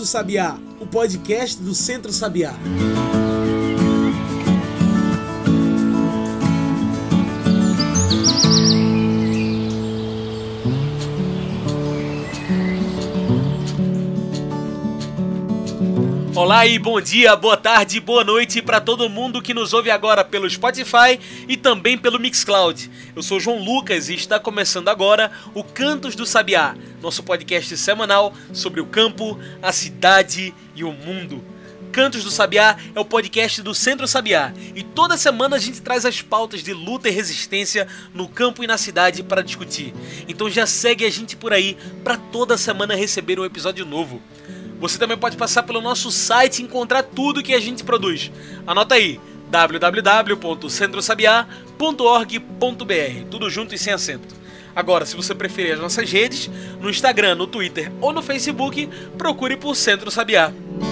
Sabiá, o podcast do Centro Sabiá. Olá e bom dia, boa tarde, boa noite para todo mundo que nos ouve agora pelo Spotify e também pelo Mixcloud. Eu sou João Lucas e está começando agora o Cantos do Sabiá, nosso podcast semanal sobre o campo, a cidade e o mundo. Cantos do Sabiá é o podcast do Centro Sabiá e toda semana a gente traz as pautas de luta e resistência no campo e na cidade para discutir. Então já segue a gente por aí para toda semana receber um episódio novo. Você também pode passar pelo nosso site e encontrar tudo que a gente produz. Anota aí, www.centrosabiá.org.br, tudo junto e sem acento. Agora, se você preferir as nossas redes, no Instagram, no Twitter ou no Facebook, procure por Centro Sabiá.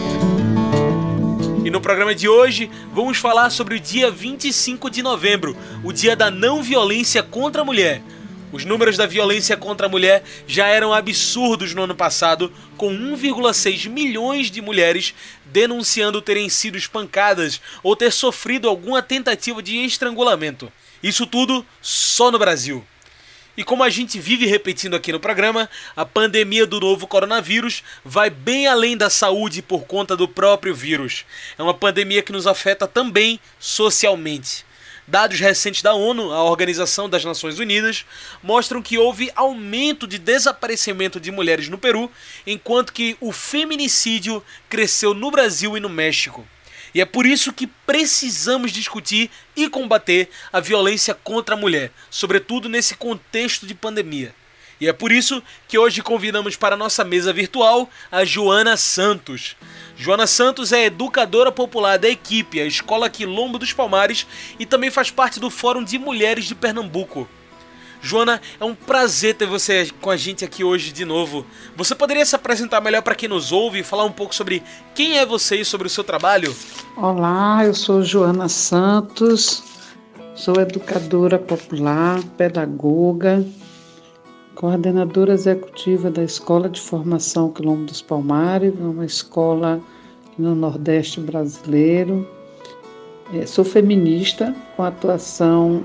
E no programa de hoje, vamos falar sobre o dia 25 de novembro, o dia da não violência contra a mulher. Os números da violência contra a mulher já eram absurdos no ano passado, com 1,6 milhões de mulheres denunciando terem sido espancadas ou ter sofrido alguma tentativa de estrangulamento. Isso tudo só no Brasil. E como a gente vive repetindo aqui no programa, a pandemia do novo coronavírus vai bem além da saúde por conta do próprio vírus. É uma pandemia que nos afeta também socialmente. Dados recentes da ONU, a Organização das Nações Unidas, mostram que houve aumento de desaparecimento de mulheres no Peru, enquanto que o feminicídio cresceu no Brasil e no México. E é por isso que precisamos discutir e combater a violência contra a mulher, sobretudo nesse contexto de pandemia. E é por isso que hoje convidamos para a nossa mesa virtual a Joana Santos. Joana Santos é educadora popular da equipe, a Escola Quilombo dos Palmares, e também faz parte do Fórum de Mulheres de Pernambuco. Joana, é um prazer ter você com a gente aqui hoje de novo. Você poderia se apresentar melhor para quem nos ouve e falar um pouco sobre quem é você e sobre o seu trabalho? Olá, eu sou Joana Santos, sou educadora popular, pedagoga, coordenadora executiva da Escola de Formação Quilombo dos Palmares, uma escola no Nordeste brasileiro. Sou feminista, com atuação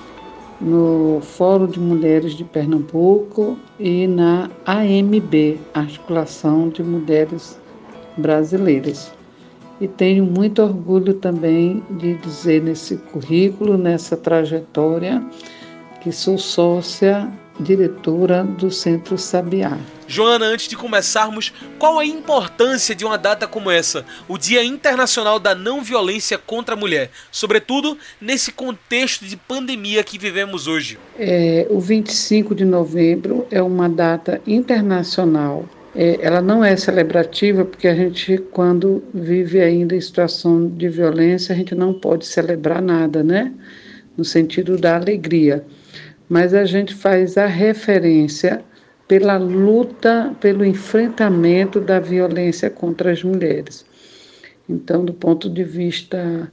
no Fórum de Mulheres de Pernambuco e na AMB, Articulação de Mulheres Brasileiras. E tenho muito orgulho também de dizer nesse currículo, nessa trajetória, que sou sócia diretora do Centro Sabiá. Joana, antes de começarmos, qual a importância de uma data como essa, o Dia Internacional da Não Violência contra a Mulher, sobretudo nesse contexto de pandemia que vivemos hoje? O 25 de novembro é uma data internacional. Ela não é celebrativa porque a gente, quando vive ainda em situação de violência, a gente não pode celebrar nada, né? No sentido da alegria. Mas a gente faz a referência pela luta, pelo enfrentamento da violência contra as mulheres. Então, do ponto de vista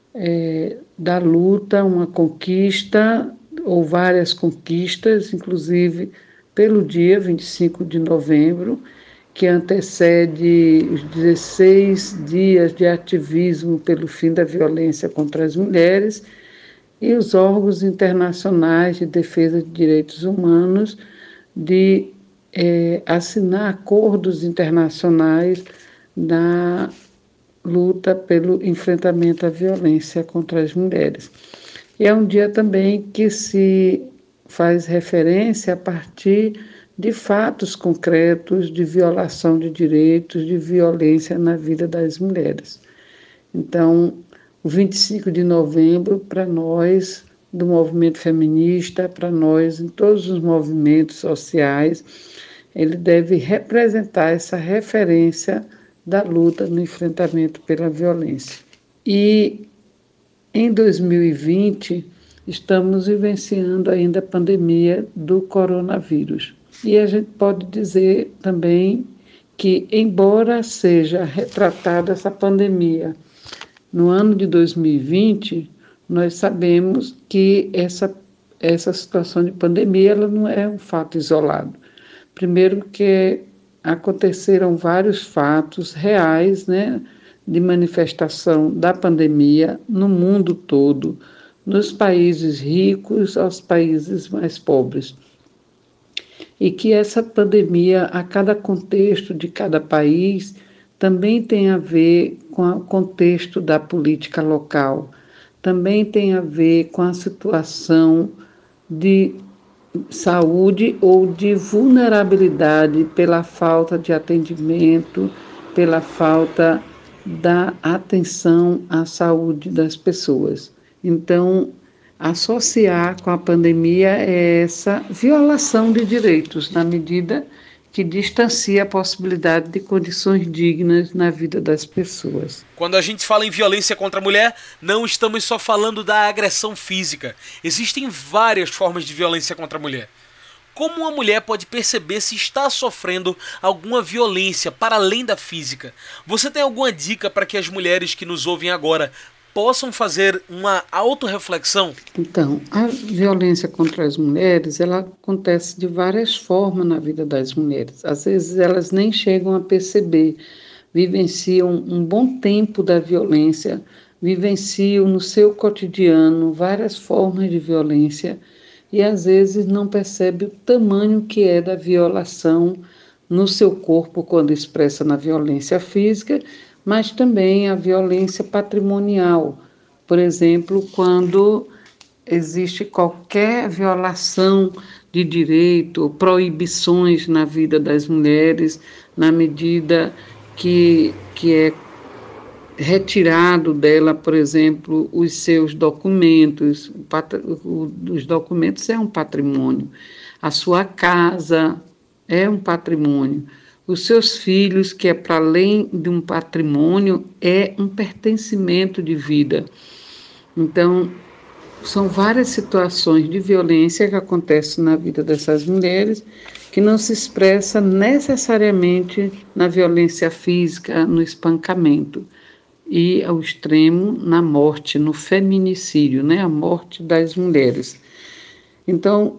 da luta, uma conquista, ou várias conquistas, inclusive pelo dia 25 de novembro, que antecede os 16 dias de ativismo pelo fim da violência contra as mulheres, e os órgãos internacionais de defesa de direitos humanos de assinar acordos internacionais na luta pelo enfrentamento à violência contra as mulheres. E é um dia também que se faz referência a partir de fatos concretos de violação de direitos, de violência na vida das mulheres. Então, o 25 de novembro, para nós, do movimento feminista, para nós, em todos os movimentos sociais, ele deve representar essa referência da luta no enfrentamento pela violência. E em 2020, estamos vivenciando ainda a pandemia do coronavírus. E a gente pode dizer também que, embora seja retratada essa pandemia no ano de 2020, nós sabemos que essa situação de pandemia ela não é um fato isolado. Primeiro que aconteceram vários fatos reais, né, de manifestação da pandemia no mundo todo, nos países ricos aos países mais pobres. E que essa pandemia, a cada contexto de cada país, também tem a ver com o contexto da política local, também tem a ver com a situação de saúde ou de vulnerabilidade pela falta de atendimento, pela falta da atenção à saúde das pessoas. Então, associar com a pandemia é essa violação de direitos, na medida que distancia a possibilidade de condições dignas na vida das pessoas. Quando a gente fala em violência contra a mulher, não estamos só falando da agressão física. Existem várias formas de violência contra a mulher. Como uma mulher pode perceber se está sofrendo alguma violência para além da física? Você tem alguma dica para que as mulheres que nos ouvem agora possam fazer uma autorreflexão? Então, a violência contra as mulheres, ela acontece de várias formas na vida das mulheres. Às vezes elas nem chegam a perceber, vivenciam um bom tempo da violência, vivenciam no seu cotidiano várias formas de violência e às vezes não percebe o tamanho que é da violação no seu corpo quando expressa na violência física, mas também a violência patrimonial. Por exemplo, quando existe qualquer violação de direito, proibições na vida das mulheres, na medida que é retirado dela, por exemplo, os seus documentos. Os documentos é um patrimônio. A sua casa é um patrimônio. Os seus filhos, que é para além de um patrimônio, é um pertencimento de vida. Então, são várias situações de violência que acontecem na vida dessas mulheres, que não se expressa necessariamente na violência física, no espancamento, e ao extremo na morte, no feminicídio, né? A morte das mulheres. Então,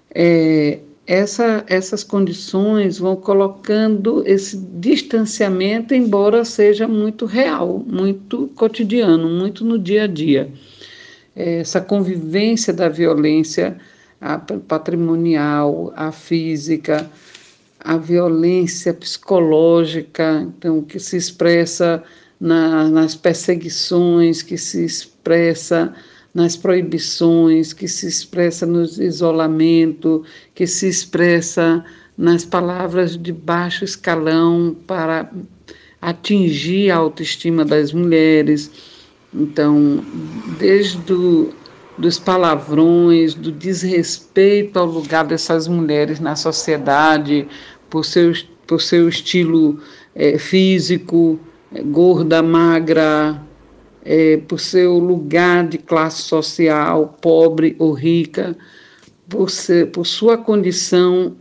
essas condições vão colocando esse distanciamento, embora seja muito real, muito cotidiano, muito no dia a dia. Essa convivência da violência patrimonial, a física, a violência psicológica, então, que se expressa nas perseguições, que se expressa nas proibições, que se expressa no isolamento, que se expressa nas palavras de baixo escalão para atingir a autoestima das mulheres. Então, desde dos palavrões, do desrespeito ao lugar dessas mulheres na sociedade, por seu estilo físico, gorda, magra, por seu lugar de classe social, pobre ou rica, por sua condição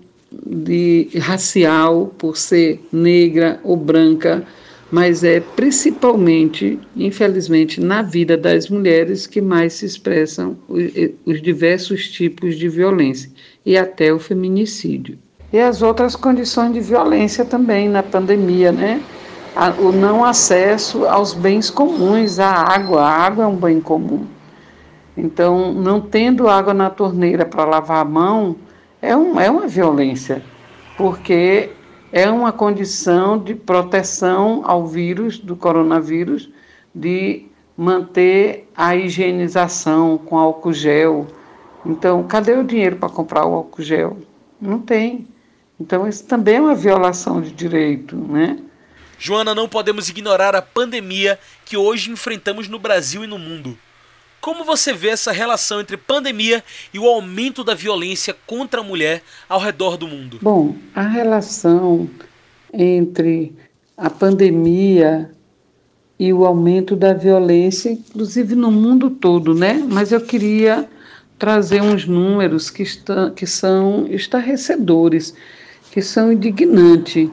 racial, por ser negra ou branca, mas é principalmente, infelizmente, na vida das mulheres que mais se expressam os diversos tipos de violência e até o feminicídio. E as outras condições de violência também na pandemia, né? O não acesso aos bens comuns, a água é um bem comum. Então, não tendo água na torneira para lavar a mão é uma violência, porque é uma condição de proteção ao vírus, do coronavírus, de manter a higienização com álcool gel. Então, cadê o dinheiro para comprar o álcool gel? Não tem. Então, isso também é uma violação de direito, né? Joana, não podemos ignorar a pandemia que hoje enfrentamos no Brasil e no mundo. Como você vê essa relação entre pandemia e o aumento da violência contra a mulher ao redor do mundo? Bom, a relação entre a pandemia e o aumento da violência, inclusive no mundo todo, né? Mas eu queria trazer uns números que são estarrecedores, que são indignantes.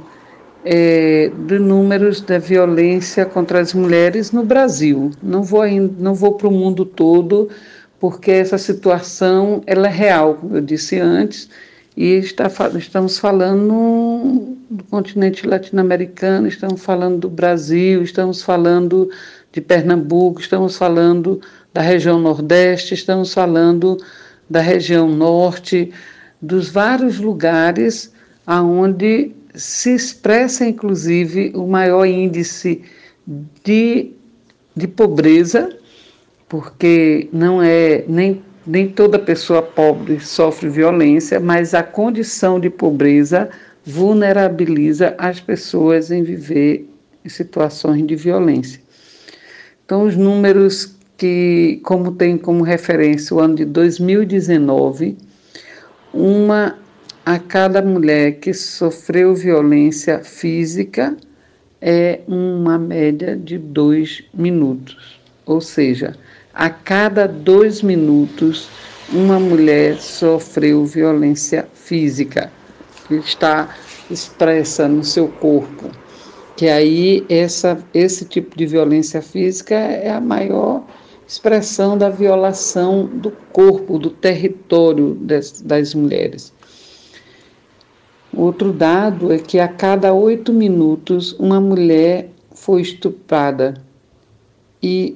De números da violência contra as mulheres no Brasil. Não vou para o mundo todo, porque essa situação ela é real, como eu disse antes, e estamos falando do continente latino-americano, estamos falando do Brasil, estamos falando de Pernambuco, estamos falando da região Nordeste, estamos falando da região Norte, dos vários lugares aonde se expressa, inclusive, o maior índice de pobreza, porque não é nem toda pessoa pobre sofre violência, mas a condição de pobreza vulnerabiliza as pessoas em viver em situações de violência. Então, os números que, como tem como referência o ano de 2019, uma a cada mulher que sofreu violência física é uma média de 2 minutos. Ou seja, a cada 2 minutos, uma mulher sofreu violência física, que está expressa no seu corpo. Que aí esse tipo de violência física é a maior expressão da violação do corpo, do território das mulheres. Outro dado é que a cada 8 minutos uma mulher foi estuprada e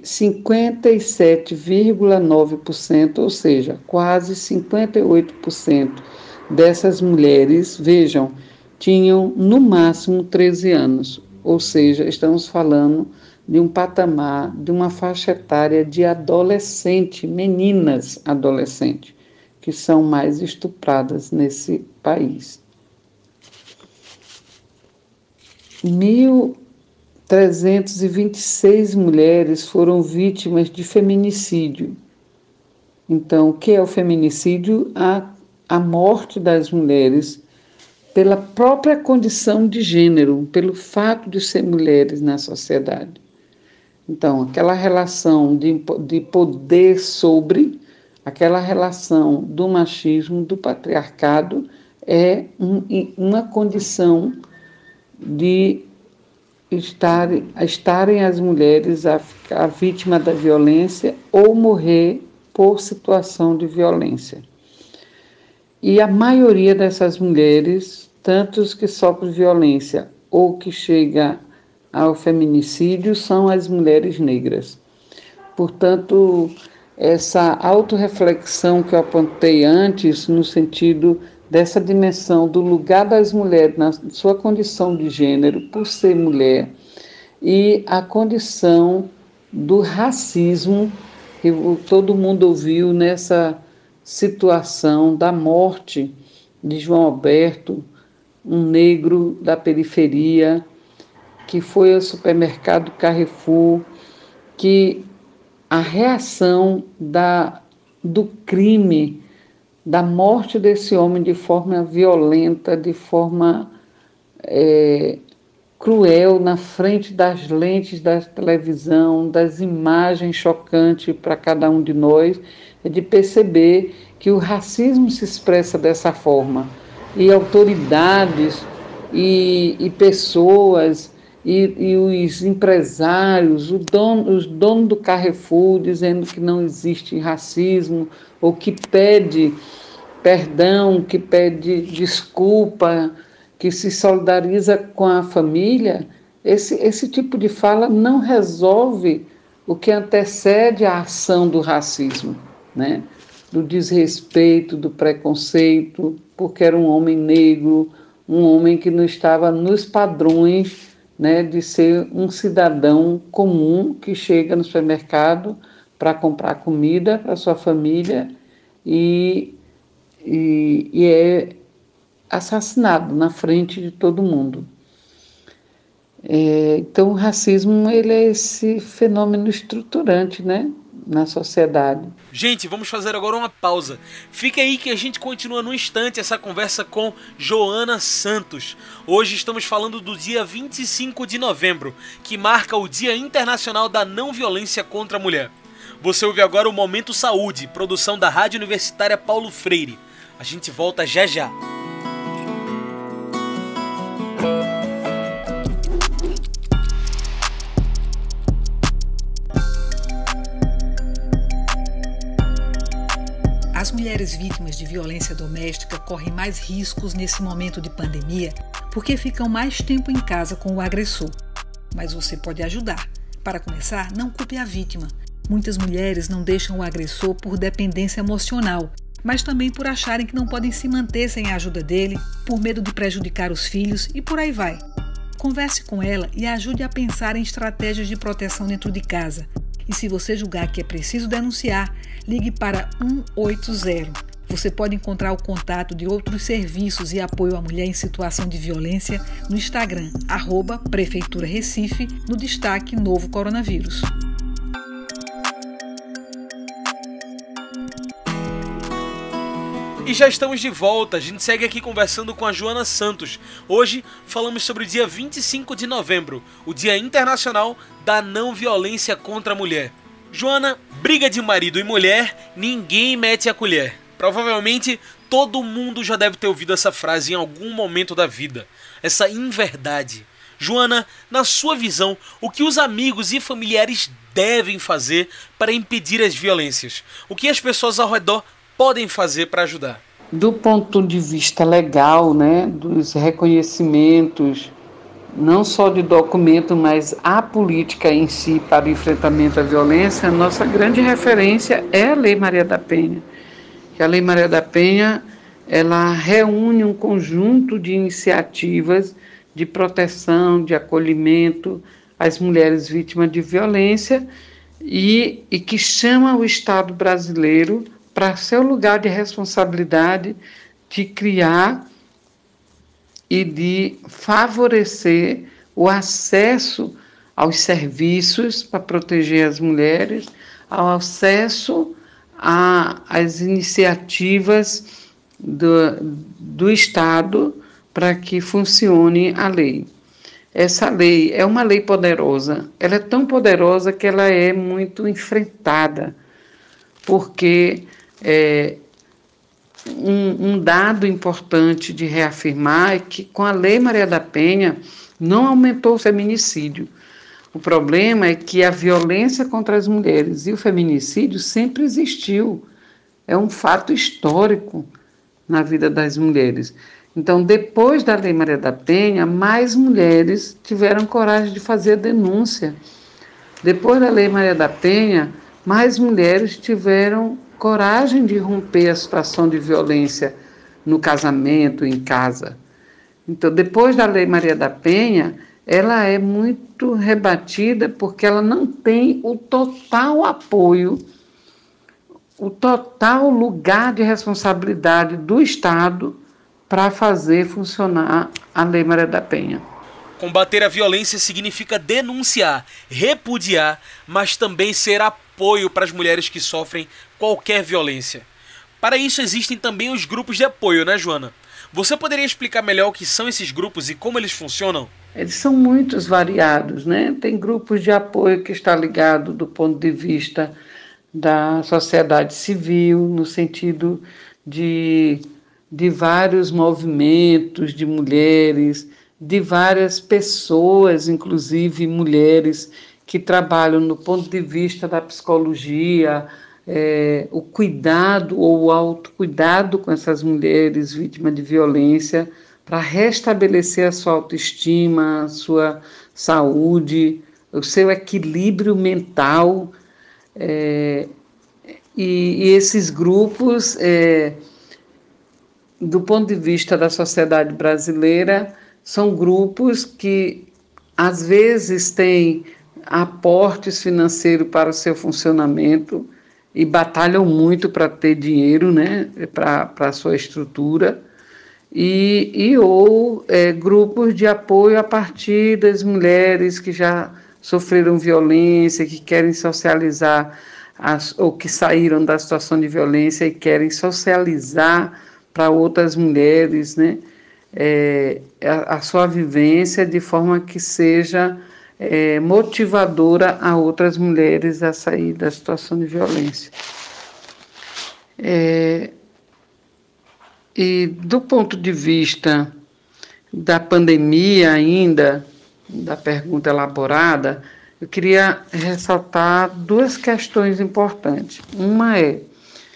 57,9%, ou seja, quase 58% dessas mulheres, vejam, tinham no máximo 13 anos, ou seja, estamos falando de um patamar, de uma faixa etária de adolescente, meninas adolescentes, que são mais estupradas nesse país. 1.326 mulheres foram vítimas de feminicídio. Então, o que é o feminicídio? A morte das mulheres pela própria condição de gênero, pelo fato de ser mulheres na sociedade. Então, aquela relação de poder sobre, aquela relação do machismo, do patriarcado, é uma condição de estarem as mulheres a ficar vítima da violência ou morrer por situação de violência. E a maioria dessas mulheres, tanto os que sofrem violência ou que chega ao feminicídio, são as mulheres negras. Portanto, essa autorreflexão que eu apontei antes, no sentido dessa dimensão do lugar das mulheres na sua condição de gênero, por ser mulher, e a condição do racismo, que todo mundo ouviu nessa situação da morte de João Alberto, um negro da periferia, que foi ao supermercado Carrefour, que a reação do crime, da morte desse homem de forma violenta, de forma cruel, na frente das lentes da televisão, das imagens chocantes para cada um de nós, é de perceber que o racismo se expressa dessa forma. E autoridades e pessoas e os empresários, os donos do Carrefour dizendo que não existe racismo, ou que pede perdão, que pede desculpa, que se solidariza com a família, esse tipo de fala não resolve o que antecede a ação do racismo, né? Do desrespeito, do preconceito, porque era um homem negro, um homem que não estava nos padrões, né, de ser um cidadão comum que chega no supermercado para comprar comida para sua família e é assassinado na frente de todo mundo. Então, o racismo ele é esse fenômeno estruturante, né, na sociedade. Gente, vamos fazer agora uma pausa. Fica aí que a gente continua no instante essa conversa com Joana Santos. Hoje estamos falando do dia 25 de novembro, que marca o Dia Internacional da Não Violência contra a Mulher. Você ouve agora o Momento Saúde, produção da Rádio Universitária Paulo Freire. A gente volta já já. As mulheres vítimas de violência doméstica correm mais riscos nesse momento de pandemia, porque ficam mais tempo em casa com o agressor. Mas você pode ajudar. Para começar, não culpe a vítima. Muitas mulheres não deixam o agressor por dependência emocional, mas também por acharem que não podem se manter sem a ajuda dele, por medo de prejudicar os filhos e por aí vai. Converse com ela e ajude a pensar em estratégias de proteção dentro de casa. E se você julgar que é preciso denunciar, ligue para 180. Você pode encontrar o contato de outros serviços e apoio à mulher em situação de violência no Instagram, @Prefeitura Recife, no destaque Novo Coronavírus. E já estamos de volta, a gente segue aqui conversando com a Joana Santos. Hoje falamos sobre o dia 25 de novembro, o Dia Internacional da Não Violência contra a Mulher. Joana, briga de marido e mulher, ninguém mete a colher. Provavelmente todo mundo já deve ter ouvido essa frase em algum momento da vida, essa inverdade. Joana, na sua visão, o que os amigos e familiares devem fazer para impedir as violências? O que as pessoas ao redor podem fazer para ajudar? Do ponto de vista legal, né, dos reconhecimentos, não só de documento, mas a política em si para o enfrentamento à violência, a nossa grande referência é a Lei Maria da Penha. Que a Lei Maria da Penha, ela reúne um conjunto de iniciativas de proteção, de acolhimento às mulheres vítimas de violência e que chama o Estado brasileiro para seu lugar de responsabilidade de criar e de favorecer o acesso aos serviços para proteger as mulheres, ao acesso às iniciativas do Estado para que funcione a lei. Essa lei é uma lei poderosa, ela é tão poderosa que ela é muito enfrentada, porque um dado importante de reafirmar é que com a Lei Maria da Penha não aumentou o feminicídio. O problema é que a violência contra as mulheres e o feminicídio sempre existiu. É um fato histórico na vida das mulheres. Então, depois da Lei Maria da Penha, mais mulheres tiveram coragem de fazer a denúncia. Depois da Lei Maria da Penha, mais mulheres tiveram coragem de romper a situação de violência no casamento, em casa. Então, depois da Lei Maria da Penha, ela é muito rebatida porque ela não tem o total apoio, o total lugar de responsabilidade do Estado para fazer funcionar a Lei Maria da Penha. Combater a violência significa denunciar, repudiar, mas também ser apoio para as mulheres que sofrem qualquer violência. Para isso existem também os grupos de apoio, né, Joana? Você poderia explicar melhor o que são esses grupos e como eles funcionam? Eles são muitos variados, né? Tem grupos de apoio que está ligado do ponto de vista da sociedade civil, no sentido de vários movimentos de mulheres, de várias pessoas, inclusive mulheres, que trabalham no ponto de vista da psicologia, o cuidado ou o autocuidado com essas mulheres vítimas de violência, para restabelecer a sua autoestima, a sua saúde, o seu equilíbrio mental. E esses grupos, do ponto de vista da sociedade brasileira, são grupos que, às vezes, têm aportes financeiros para o seu funcionamento e batalham muito para ter dinheiro, né, para a sua estrutura, ou grupos de apoio a partir das mulheres que já sofreram violência, que querem socializar, ou que saíram da situação de violência e querem socializar para outras mulheres, né, a sua vivência de forma que seja motivadora a outras mulheres a sair da situação de violência. E do ponto de vista da pandemia ainda, da pergunta elaborada, eu queria ressaltar duas questões importantes. Uma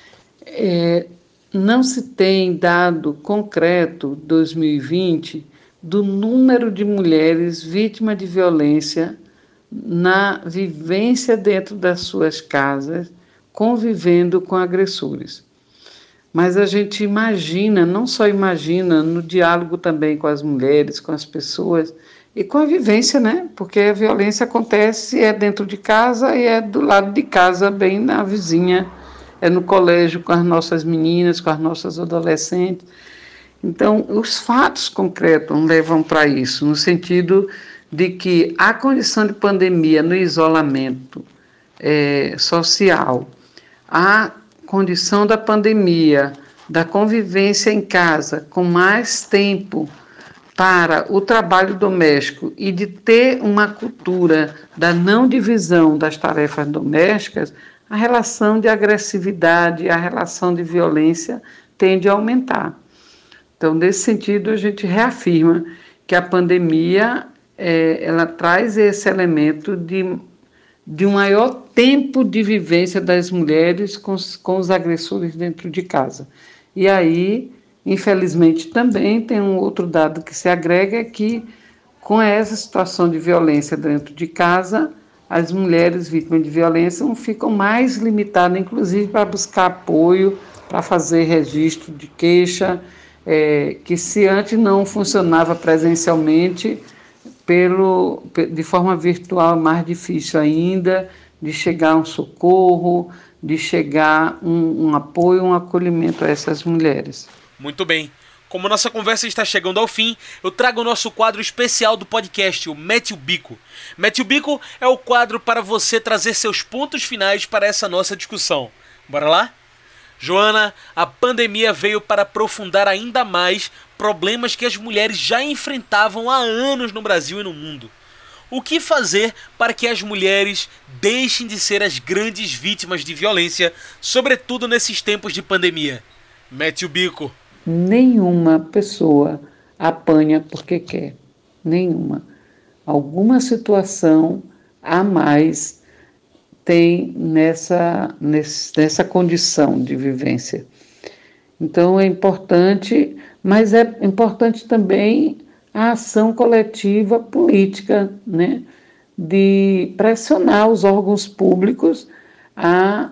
não se tem dado concreto 2020 do número de mulheres vítimas de violência na vivência dentro das suas casas, convivendo com agressores. Mas a gente imagina, não só imagina, no diálogo também com as mulheres, com as pessoas e com a vivência, né? Porque a violência acontece, é dentro de casa e é do lado de casa, bem na vizinha, é no colégio com as nossas meninas, com as nossas adolescentes. Então, os fatos concretos levam para isso, no sentido de que a condição de pandemia no isolamento social, a condição da pandemia, da convivência em casa, com mais tempo para o trabalho doméstico e de ter uma cultura da não divisão das tarefas domésticas, a relação de agressividade, a relação de violência tende a aumentar. Então, nesse sentido, a gente reafirma que a pandemia ela traz esse elemento de um maior tempo de vivência das mulheres com os agressores dentro de casa. E aí, infelizmente, também tem um outro dado que se agrega, que com essa situação de violência dentro de casa, as mulheres vítimas de violência ficam mais limitadas, inclusive para buscar apoio, para fazer registro de queixa, que se antes não funcionava presencialmente, de forma virtual é mais difícil ainda, de chegar um socorro, de chegar um apoio, um acolhimento a essas mulheres. Muito bem. Como nossa conversa está chegando ao fim, eu trago o nosso quadro especial do podcast, o Mete o Bico. Mete o Bico é o quadro para você trazer seus pontos finais para essa nossa discussão. Bora lá? Joana, a pandemia veio para aprofundar ainda mais problemas que as mulheres já enfrentavam há anos no Brasil e no mundo. O que fazer para que as mulheres deixem de ser as grandes vítimas de violência, sobretudo nesses tempos de pandemia? Mete o bico. Nenhuma pessoa apanha porque quer. Nenhuma. Alguma situação a mais tem nessa condição de vivência. Então é importante, mas é importante também a ação coletiva política, né, de pressionar os órgãos públicos a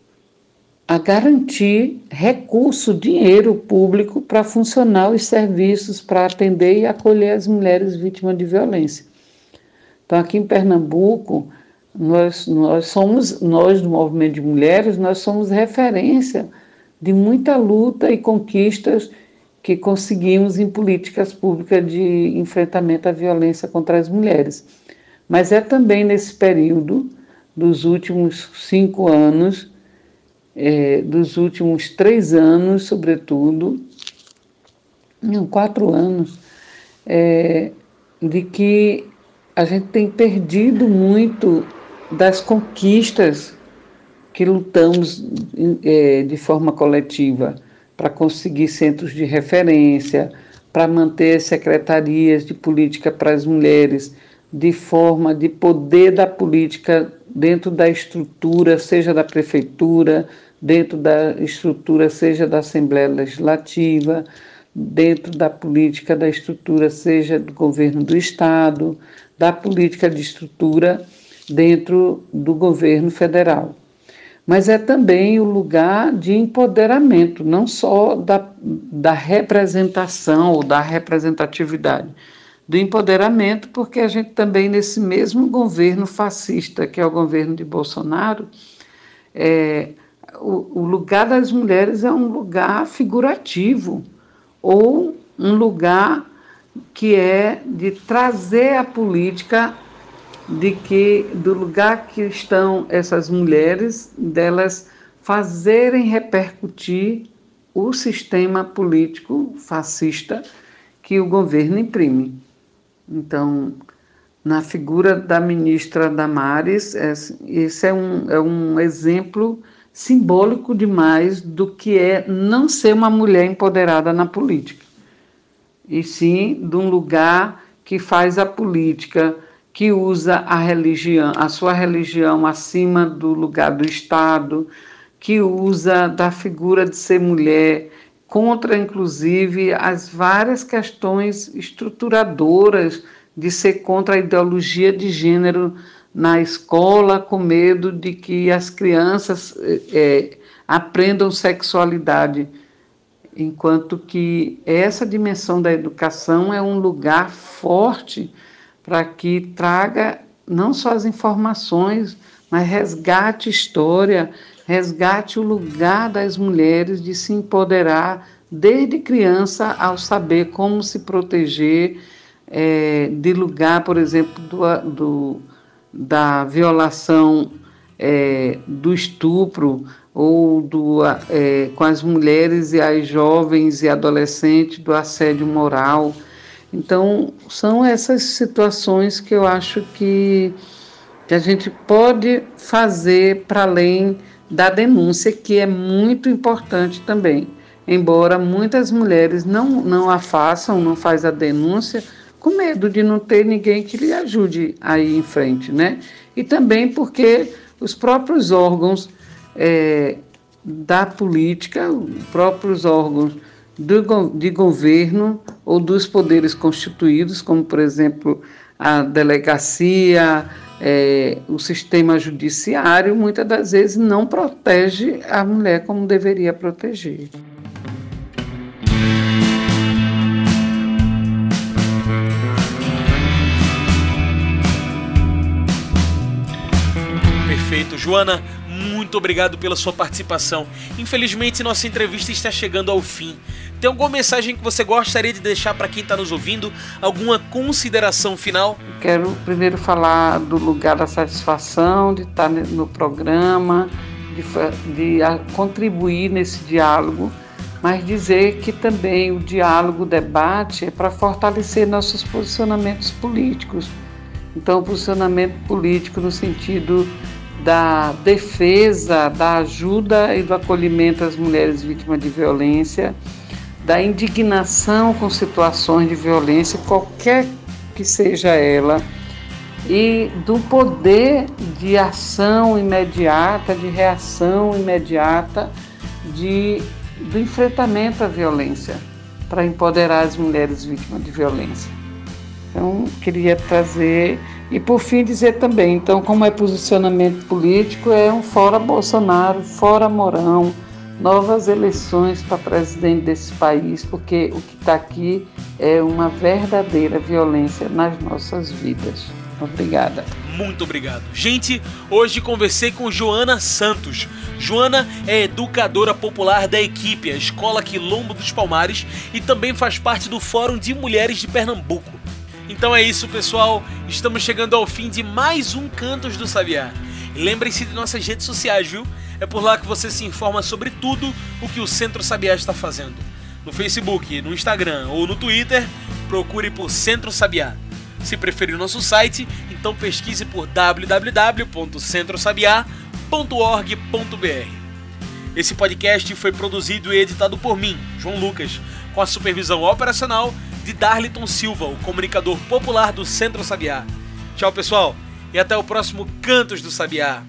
garantir recurso, dinheiro público para funcionar os serviços, para atender e acolher as mulheres vítimas de violência. Então, aqui em Pernambuco, nós do Movimento de Mulheres, nós somos referência de muita luta e conquistas que conseguimos em políticas públicas de enfrentamento à violência contra as mulheres. Mas é também nesse período, dos últimos 5 anos, dos últimos 3 anos, sobretudo, 4 anos, de que a gente tem perdido muito das conquistas que lutamos de forma coletiva para conseguir centros de referência, para manter secretarias de política para as mulheres, de forma de poder da política dentro da estrutura, seja da prefeitura, dentro da estrutura, seja da Assembleia Legislativa, dentro da política da estrutura, seja do governo do Estado, da política de estrutura dentro do governo federal. Mas é também o lugar de empoderamento, não só da representação ou da representatividade, do empoderamento, porque a gente também, nesse mesmo governo fascista, que é o governo de Bolsonaro, o lugar das mulheres é um lugar figurativo, ou um lugar que é de trazer a política do lugar que estão essas mulheres, delas fazerem repercutir o sistema político fascista que o governo imprime. Então, na figura da ministra Damares, esse é um exemplo simbólico demais do que é não ser uma mulher empoderada na política, e sim de um lugar que faz a política, que usa a sua religião acima do lugar do Estado, que usa da figura de ser mulher contra, inclusive, as várias questões estruturadoras de ser contra a ideologia de gênero na escola, com medo de que as crianças aprendam sexualidade, enquanto que essa dimensão da educação é um lugar forte para que traga não só as informações, mas resgate história, resgate o lugar das mulheres de se empoderar desde criança ao saber como se proteger de lugar, por exemplo, da violação, do estupro ou com as mulheres e as jovens e adolescentes do assédio moral. Então, são essas situações que eu acho que a gente pode fazer para além da denúncia, que é muito importante também. Embora muitas mulheres não a façam, não faz a denúncia, com medo de não ter ninguém que lhe ajude a ir em frente, né? E também porque os próprios órgãos da política, os próprios órgãos de governo ou dos poderes constituídos, como, por exemplo, a delegacia, o sistema judiciário, muitas das vezes não protege a mulher como deveria proteger. Perfeito. Joana, muito obrigado pela sua participação. Infelizmente, nossa entrevista está chegando ao fim. Tem alguma mensagem que você gostaria de deixar para quem está nos ouvindo? Alguma consideração final? Quero primeiro falar do lugar da satisfação, de estar no programa, de contribuir nesse diálogo, mas dizer que também o diálogo, o debate é para fortalecer nossos posicionamentos políticos. Então, o posicionamento político no sentido da defesa, da ajuda e do acolhimento às mulheres vítimas de violência, da indignação com situações de violência, qualquer que seja ela, e do poder de ação imediata, de reação imediata, do enfrentamento à violência, para empoderar as mulheres vítimas de violência. Então, queria trazer, e por fim dizer também, então, como é posicionamento político, é um fora Bolsonaro, fora Mourão, novas eleições para presidente desse país, porque o que está aqui é uma verdadeira violência nas nossas vidas. Obrigada. Muito obrigado. Gente, hoje conversei com Joana Santos. Joana é educadora popular da equipe, a Escola Quilombo dos Palmares, e também faz parte do Fórum de Mulheres de Pernambuco. Então é isso, pessoal. Estamos chegando ao fim de mais um Cantos do Sabiá. E lembrem-se de nossas redes sociais, viu? É por lá que você se informa sobre tudo o que o Centro Sabiá está fazendo. No Facebook, no Instagram ou no Twitter, procure por Centro Sabiá. Se preferir o nosso site, então pesquise por www.centrosabiá.org.br. Esse podcast foi produzido e editado por mim, João Lucas, com a supervisão operacional de Darliton Silva, o comunicador popular do Centro Sabiá. Tchau, pessoal, e até o próximo Cantos do Sabiá.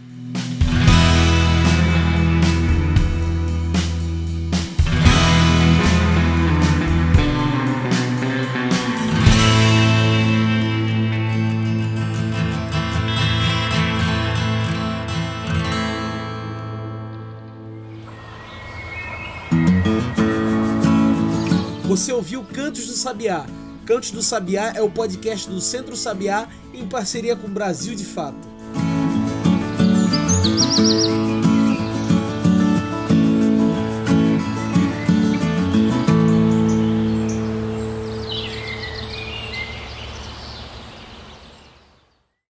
Você ouviu Cantos do Sabiá. Cantos do Sabiá é o podcast do Centro Sabiá em parceria com o Brasil de Fato.